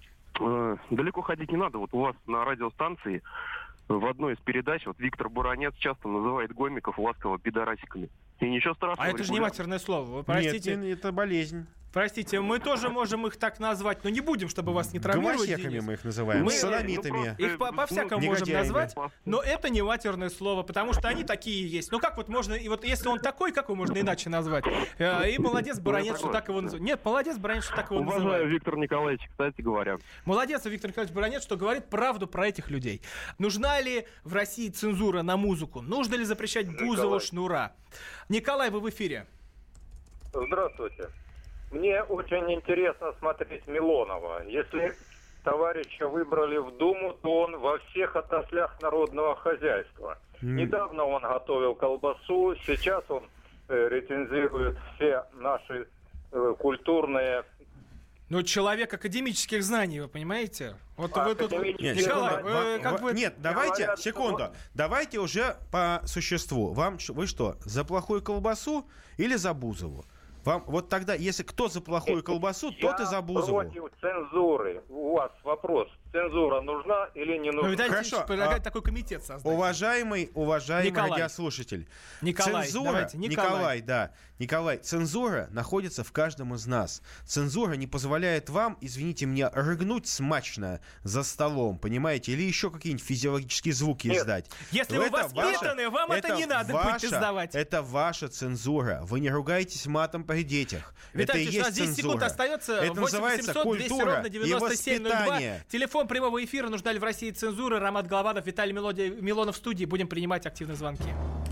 э, далеко ходить не надо. Вот у вас на радиостанции в одной из передач вот Виктор Буранец часто называет гомиков ласково пидорасиками. И ничего страшного. А это же не матерное слово, вы простите. Нет, это болезнь. Простите, мы тоже можем их так назвать, но не будем, чтобы вас не травмировать. Гомосеками мы их называем, мы, садомитами. Их по- по-всякому ну, можем назвать, но это не матерное слово, потому что они такие есть. Ну как вот можно, и вот если он такой, как его можно иначе назвать? И молодец Буранец, что так его называют. Нет, молодец Буранец, что так его называют. Уважаю Виктор Николаевич, кстати говоря. Молодец Виктор Николаевич Буранец, что говорит правду про этих людей. Нужна ли в России цензура на музыку? Нужно ли запрещать Бузову, Шнура? Николай, вы в эфире. Здравствуйте. Мне очень интересно смотреть Милонова. Если товарища выбрали в Думу, то он во всех отраслях народного хозяйства. Mm. Недавно он готовил колбасу, сейчас он э, рецензирует все наши э, культурные... Ну, человек академических знаний, вы понимаете? Вот а, вы тут... Нет, Николай, вы, как вы... Нет, давайте, говорят, секунду. Что... Давайте уже по существу. Вам, вы что, за плохую колбасу или за Бузову? Вам, вот тогда, если кто за плохую колбасу, я тот и за Бузову. Я против цензуры. У вас вопрос. Цензура нужна или не нужна? Ну, Хорошо. Предлагает а, такой комитет создать. Уважаемый, уважаемый Николай. радиослушатель. Николай, цензура, давайте, Николай. Николай, да. Николай, цензура находится в каждом из нас. Цензура не позволяет вам, извините меня, рыгнуть смачно за столом, понимаете, или еще какие-нибудь физиологические звуки Нет. издать. Если вы воспитаны, вам это, это не надо ваша, будет издавать. Это ваша цензура. Вы не ругайтесь матом при детях. Виталий, это и есть десять секунд остается. Это называется культура и воспитание. Телефон прямого эфира. Нужна ли в России цензура? Роман Голованов, Виталий Милонов в студии. Будем принимать активные звонки.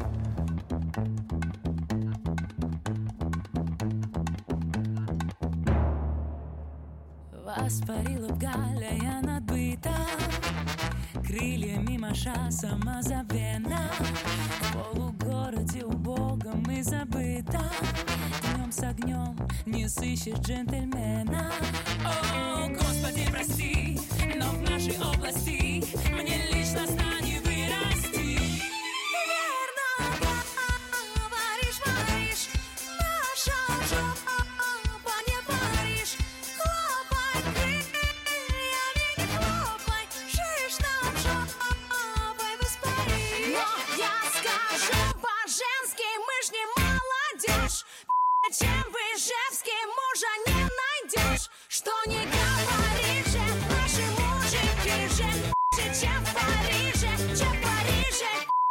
Воспарила б галея надбита, крыльями маша самозабвенно, в полугороде убогом и забыта, днем с огнем не сыщешь джентльмена. О, Господи, прости, но в нашей области мне личностно не вырасти. Верно говоришь, Мариш, наша жопа не Париж. Хлопай крыльями, не хлопай, шиш нам жопой воспари. Но я скажу по-женски, мы ж не молодежь. Чем в Ижевске мужа не найдешь. Что не говори же, наши мужики же, чем в Париже, чем в Париже.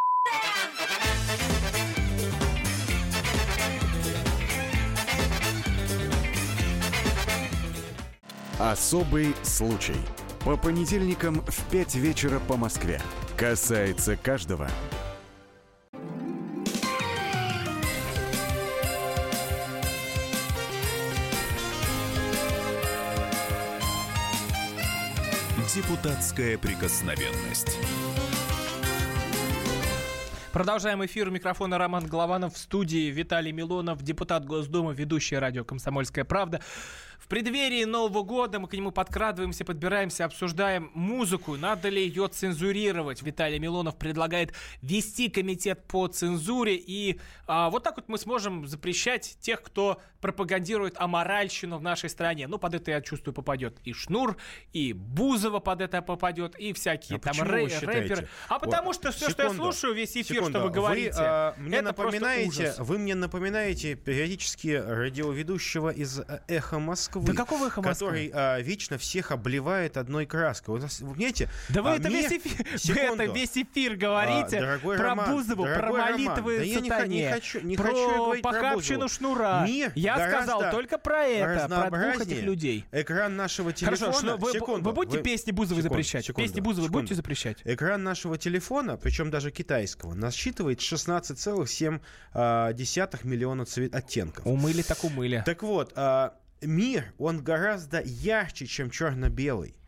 Особый случай. По понедельникам в пять вечера по Москве. Касается каждого. Депутатская прикосновенность. Продолжаем эфир. У микрофона Роман Голованов, в студии Виталий Милонов, депутат Госдумы, ведущий радио «Комсомольская правда». В преддверии Нового года мы к нему подкрадываемся, подбираемся, обсуждаем музыку. Надо ли ее цензурировать? Виталий Милонов предлагает ввести комитет по цензуре. И а, вот так вот мы сможем запрещать тех, кто пропагандирует аморальщину в нашей стране. Ну, под это, я чувствую, попадет и Шнур, и Бузова под это попадет, и всякие а там рэ- рэперы. А потому вот, что все, секунду, что я слушаю, весь эфир, секунду. Что вы говорите, вы, а, мне это напоминаете, просто ужас. Вы мне напоминаете периодически радиоведущего из «Эхо Москвы». Да какого «Эхо Москвы»? Который а, вечно всех обливает одной краской. Вы, вы понимаете? Да вы а это, мне... весь эфир, вы это весь эфир говорите а, про Роман, Бузову, про молитвы да сатане, я не хочу, не про хочу похабщину Шнура. Мир я сказал только про это, про двух этих людей. Экран нашего телефона... Хорошо, вы, секунду, вы будете вы... песни Бузовой секунду, запрещать? Секунду, песни Бузовой секунду. будете запрещать? Экран нашего телефона, причем даже китайского, насчитывает шестнадцать целых семь десятых миллиона цвет... оттенков. Умыли так умыли. Так вот... А... Мир, он гораздо ярче, чем черно-белый.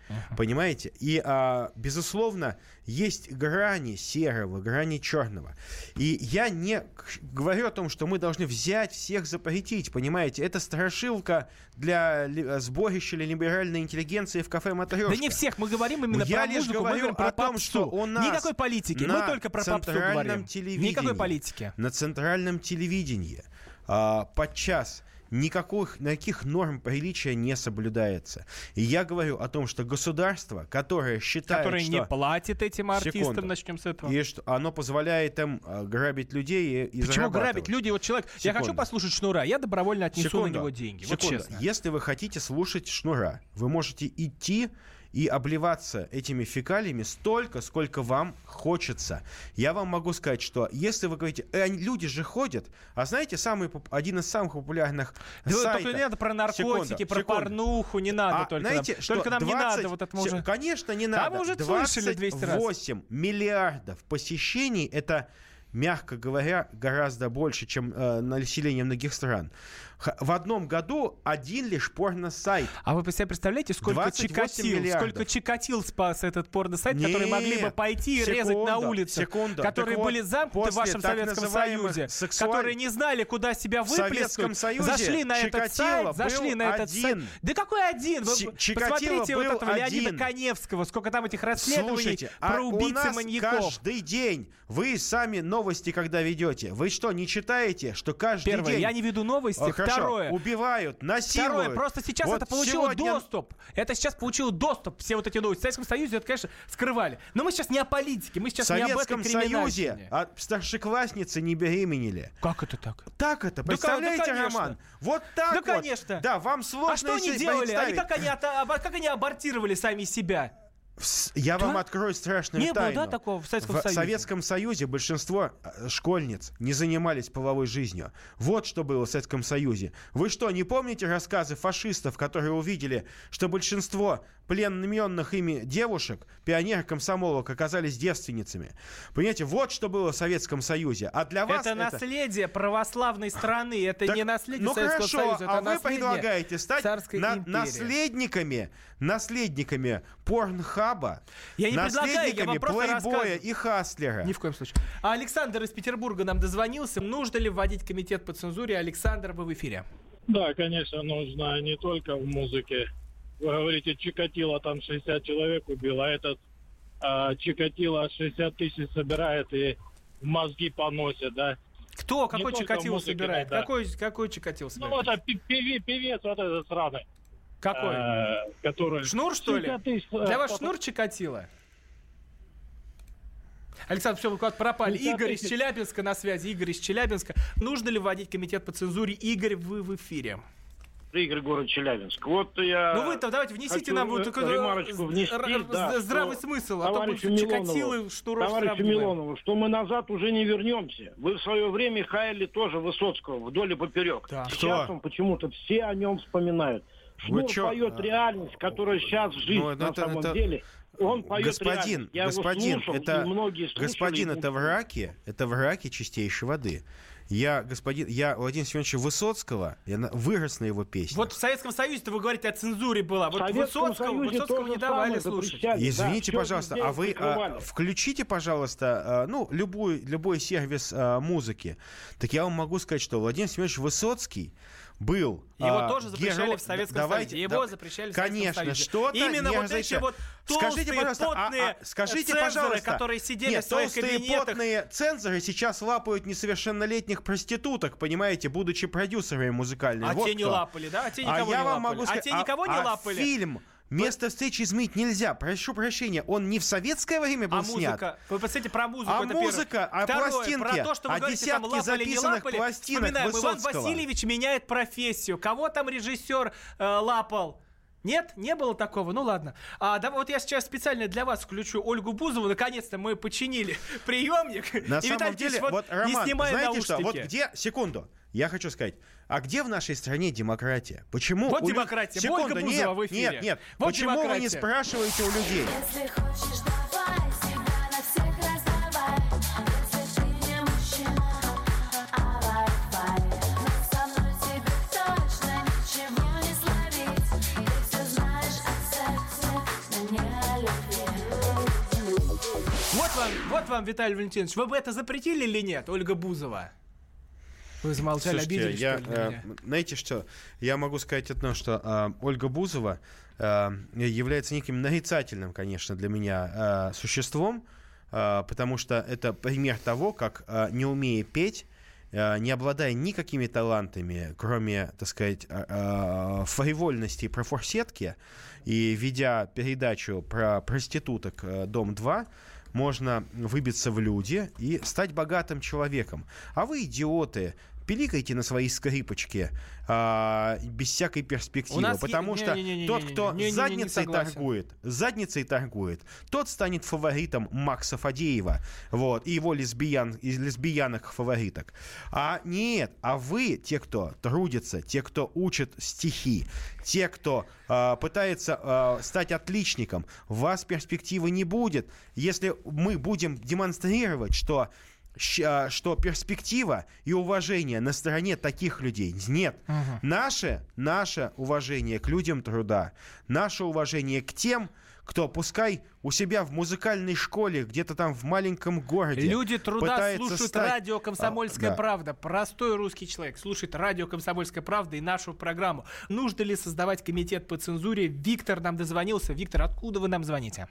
Uh-huh. Понимаете? И, а, безусловно, есть грани серого, грани черного. И я не говорю о том, что мы должны взять всех запретить, понимаете? Это страшилка для сборища или либеральной интеллигенции в кафе «Матрешка». Да не всех, мы говорим именно я про лишь музыку, говорю мы говорим про о том, попсу. что у нас никакой политики, мы только про попсу говорим. Никакой политики. На центральном телевидении а, подчас никаких, никаких норм приличия не соблюдается. И я говорю о том, что государство, которое считает, которое что... не платит этим артистам, Секунду. начнем с этого. И что оно позволяет им а, грабить людей и, и Почему грабить людей? Вот человек, Секунду. я хочу послушать Шнура, я добровольно отнесу Секунду. на него деньги. Секунду. Вот честно. Если вы хотите слушать Шнура, вы можете идти и обливаться этими фекалиями столько, сколько вам хочется. Я вам могу сказать, что если вы говорите, э, люди же ходят, а знаете, самый, один из самых популярных да сайтов... Только не надо про наркотики, секунду, про секунду. порнуху, не надо а только. Знаете, нам. что Только нам двадцать... не надо. Вот это мы уже... Конечно, не надо. А мы уже слышали двести раз. двадцать восемь миллиардов посещений, это... мягко говоря, гораздо больше, чем э, население многих стран. Х- в одном году один лишь порно-сайт. А вы себе представляете, сколько Чикатил, сколько Чикатил спас этот порно-сайт, Нет, которые могли бы пойти и секунду, резать на улицах, секунду. которые Так были вот, замкнуты в вашем Советском Союзе, сексуаль... которые не знали, куда себя выплеснуть, зашли на этот сайт, зашли на этот сайт. Да какой один? Вы Ч- посмотрите вот этого один. Леонида Каневского, сколько там этих расследований Слушайте, про а убийцы у маньяков. нас каждый день вы сами новости, когда ведете, вы что, не читаете, что каждый Первое, день... я не веду новости. О, хорошо, Второе, убивают, насилуют. Второе, просто сейчас вот это получило сегодня... доступ. Это сейчас получило доступ, все вот эти новости. В Советском Союзе это, конечно, скрывали. Но мы сейчас не о политике, мы сейчас в не об этой Советском криминальщине. Союзе а старшеклассницы не беременели. Как это так? Так это, Да, представляете, да, Роман? Вот так да, вот. конечно. Да, вам сложно А что они себе делали? Они, представить. как, они от, как они абортировали сами себя? Я Да? вам открою страшную Не было, тайну. да, такого в Советском в Союзе? Советском Союзе большинство э, школьниц не занимались половой жизнью. Вот что было в Советском Союзе. Вы что, не помните рассказы фашистов, которые увидели, что большинство пленных ими девушек, пионерок комсомолок, оказались девственницами? Понимаете, вот что было в Советском Союзе. А для вас это, это... наследие православной страны, это Так, не наследие ну Советского хорошо, Союза, это а вы наследие предлагаете стать царской на- империи. наследниками, наследниками Порнхаба, Я не предлагаю, я наследниками вам просто Плейбоя рассказываю. и Хаслера. Ни в коем случае. А Александр из Петербурга нам дозвонился. Нужно ли вводить комитет по цензуре? Александр, вы в эфире. Да, конечно, нужно не только в музыке. Вы говорите, Чикатило там шестьдесят человек убил, а этот а, Чикатило шестьдесят тысяч собирает и мозги поносит, да? Кто? Какой Не только Чикатило в музыке, собирает? да. Какой, какой Чикатило Ну, собирает? вот это певец, певец вот этот сраный. Какой? А, который... Шнур, что ли? шестьдесят тысяч, Для вас э, Шнур Чикатило? Александр, все, вы куда-то пропали. шестьдесят Игорь из тысяч. Челябинска на связи. Игорь из Челябинска. Нужно ли вводить комитет по цензуре? Игорь, вы в эфире. Игорь, город Челябинск. Вот я... Ну вы-то давайте внесите хочу нам вот такой ремарочку внести, р- да, здравый что смысл, а то товарищу будут Милонову, Чикатило, Шнуров товарищу сравниваем. Милонову, что мы назад уже не вернемся. Вы в свое время хаяли тоже Высоцкого вдоль и поперек. Да. Сейчас Кто? он почему-то все о нем вспоминают. Вы Шнур чё? поет реальность, которая сейчас жизнь Ну, на это- самом это- деле. Он поет Господин, реальность. Я господин, его слушал, это, и многие слушали, господин, и это слушали. враки, это враки чистейшей воды. Я, господин, я Владимира Семеновича Высоцкого, я на- вырос на его песнях. Вот в Советском Союзе-то вы говорите о цензуре была. Вот В Советском Высоцкого, Союзе Высоцкого то же не давали самое слушать. запрещали. Извините, Да, пожалуйста, всё а вы а, прикрывали. включите, пожалуйста, а, ну, любой, любой сервис а, музыки. Так я вам могу сказать, что Владимир Семенович Высоцкий был... Его а, тоже запрещали геро- в Советском Давайте, Союзе. Его да- запрещали в Конечно, Советском Союзе. что-то Именно не вот разрешали. эти вот Скажите, толстые, пожалуйста, а- потные а, скажите, цензоры, пожалуйста, которые сидели нет, в своих толстые кабинетах. потные цензоры сейчас лапают несовершеннолетних проституток, понимаете, будучи продюсерами музыкальными. А Вот те не кто. лапали, да? А те А никого я не вам лапали. могу сказать, а те никого не а лапали? фильм «Место встречи изменить нельзя». Прошу прощения, он не в советское время был А снят. музыка? Вы посмотрите про музыку. А это музыка, первое. а Второе, пластинки, про то, что вы а говорите, там десятки лапали, не записанных лапали. пластинок Вспоминаем, Иван Высоцкого. Васильевич меняет профессию. Кого там режиссер э, лапал? Нет, не было такого. Ну ладно. А, да, вот я сейчас специально для вас включу Ольгу Бузову. Наконец-то мы починили приемник. На И самом Виталий деле, Ильич, вот, вот, не Роман, снимая знаете наушники. что, вот где, секунду, я хочу сказать, а где в нашей стране демократия? Почему? Вот у лю- демократия. Секунду, Ольга нет, Бузова в эфире. нет, нет. Вот Почему вы не демократия. спрашиваете у людей? Если хочешь, давай, себя на всех раздавай. Если ты не мужчина, а Wi-Fi. Но со мной тебе точно ничего не словить. Ты все знаешь о сексе, вам, вот вам, Виталий Валентинович, вы бы это запретили или нет, Ольга Бузова? Вы замолчали, Слушайте, обиделись, я, что ли, э, меня? знаете что, я могу сказать одно, что э, Ольга Бузова э, является неким нарицательным, конечно, для меня э, существом, э, потому что это пример того, как, э, не умея петь, э, не обладая никакими талантами, кроме, так сказать, э, э, фривольности и профорсетки, и ведя передачу про проституток э, «Дом-два», можно выбиться в люди и стать богатым человеком. А вы, идиоты, пиликайте на своей скрипочке а, без всякой перспективы, потому е... что не, не, не, тот, не, кто не, не, задницей не, не торгует, задницей торгует, тот станет фаворитом Макса Фадеева, вот, и его лесбиян, и лесбиянок-фавориток. А нет, а вы, те, кто трудится, те, кто учат стихи, те, кто а, пытается а, стать отличником, у вас перспективы не будет, если мы будем демонстрировать, что что перспектива и уважение на стороне таких людей. Нет. Угу. Наше, наше уважение к людям труда, наше уважение к тем, кто, пускай у себя в музыкальной школе, где-то там в маленьком городе, люди труда слушают стать... радио «Комсомольская а, да. правда». Простой русский человек слушает радио «Комсомольская правда» и нашу программу. Нужно ли создавать комитет по цензуре? Виктор нам дозвонился. Виктор, откуда вы нам звоните?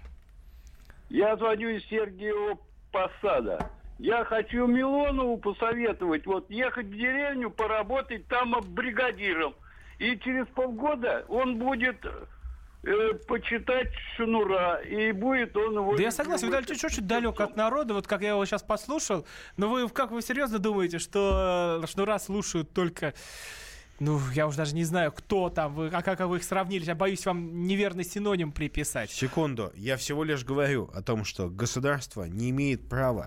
Я звоню из Сергиева Посада. Я хочу Милонову посоветовать, вот ехать в деревню, поработать там бригадиром. И через полгода он будет э, почитать Шнура, и будет он его... Да я согласен, Виталий Ильич очень далек от народа, вот как я его сейчас послушал. Но вы как вы серьезно думаете, что Шнура слушают только... Ну, я уже даже не знаю, кто там, вы, а как вы их сравнили. Я боюсь вам неверный синоним приписать. Секунду, я всего лишь говорю о том, что государство не имеет права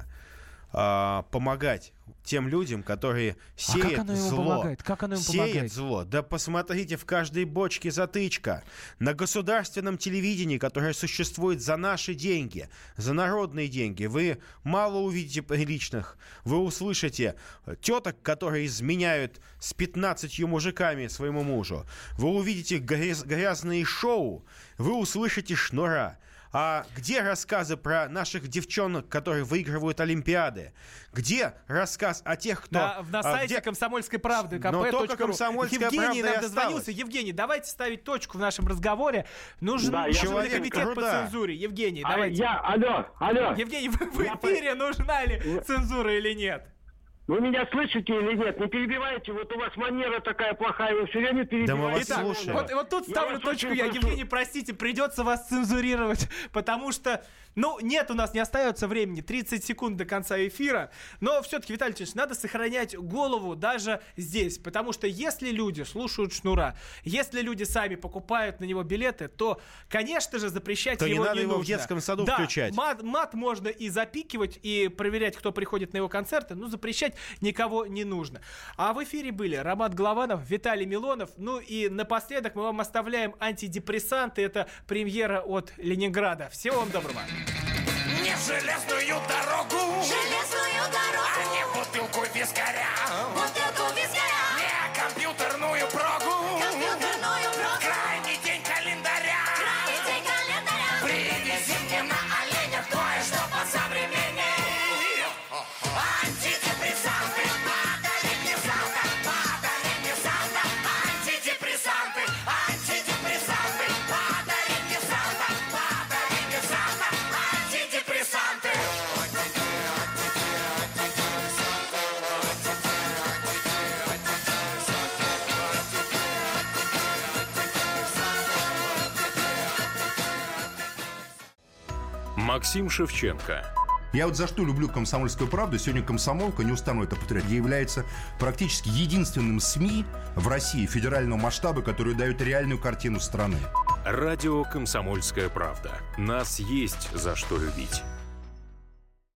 помогать тем людям, которые сеют а как оно зло. Ему помогает? Как оно ему сеет помогает? зло. Да посмотрите, в каждой бочке затычка. На государственном телевидении, которое существует за наши деньги, за народные деньги, вы мало увидите приличных. Вы услышите теток, которые изменяют с пятнадцатью мужиками своему мужу. Вы увидите гряз- грязные шоу. Вы услышите Шнура. А где рассказы про наших девчонок, которые выигрывают Олимпиады? Где рассказ о тех, кто... На, на сайте где... «Комсомольской правды» ка пэ точка ру. Но только «Комсомольская Евгений правда» нам дозвонился. Евгений, давайте ставить точку в нашем разговоре. Нужен да, человек комитет труда. По цензуре. Евгений, а давайте. Я, алло, алло. Евгений, вы в эфире, нужна ли цензура или нет? Вы меня слышите или нет? Не перебивайте, вот у вас манера такая плохая, вы все время перебиваете. Да мы вас Итак, слушаем. Вот, вот тут ставлю точку я. Евгений, простите, придется вас цензурировать, потому что, ну, нет, у нас не остается времени, тридцать секунд до конца эфира, но все-таки, Виталий Ильич, надо сохранять голову даже здесь, потому что если люди слушают Шнура, если люди сами покупают на него билеты, то, конечно же, запрещать то его не надо не его нужно. в детском саду да, включать. Мат, мат можно и запикивать, и проверять, кто приходит на его концерты, но запрещать никого не нужно. А в эфире были Роман Голованов, Виталий Милонов. Ну и напоследок мы вам оставляем антидепрессанты. Это премьера от Ленинграда. Всего вам доброго. Не железную дорогу, Железную дорогу, а не бутылку вискаря, бутылку вискаря, не компьютерную прогу, компьютерную прогу, крайний день календаря, крайний день календаря. Привези мне на оленях кое-что посовременнее. Антидепрессанты, падали мне Санта, падали мне Санта. Антидепрессанты, антидепрессанты, падали мне Санта, падали мне Санта. Антидепрессанты. Максим Шевченко. Я вот за что люблю «Комсомольскую правду». Сегодня «Комсомолка», не устану это повторять, является практически единственным СМИ в России федерального масштаба, который дает реальную картину страны. Радио «Комсомольская правда». Нас есть за что любить.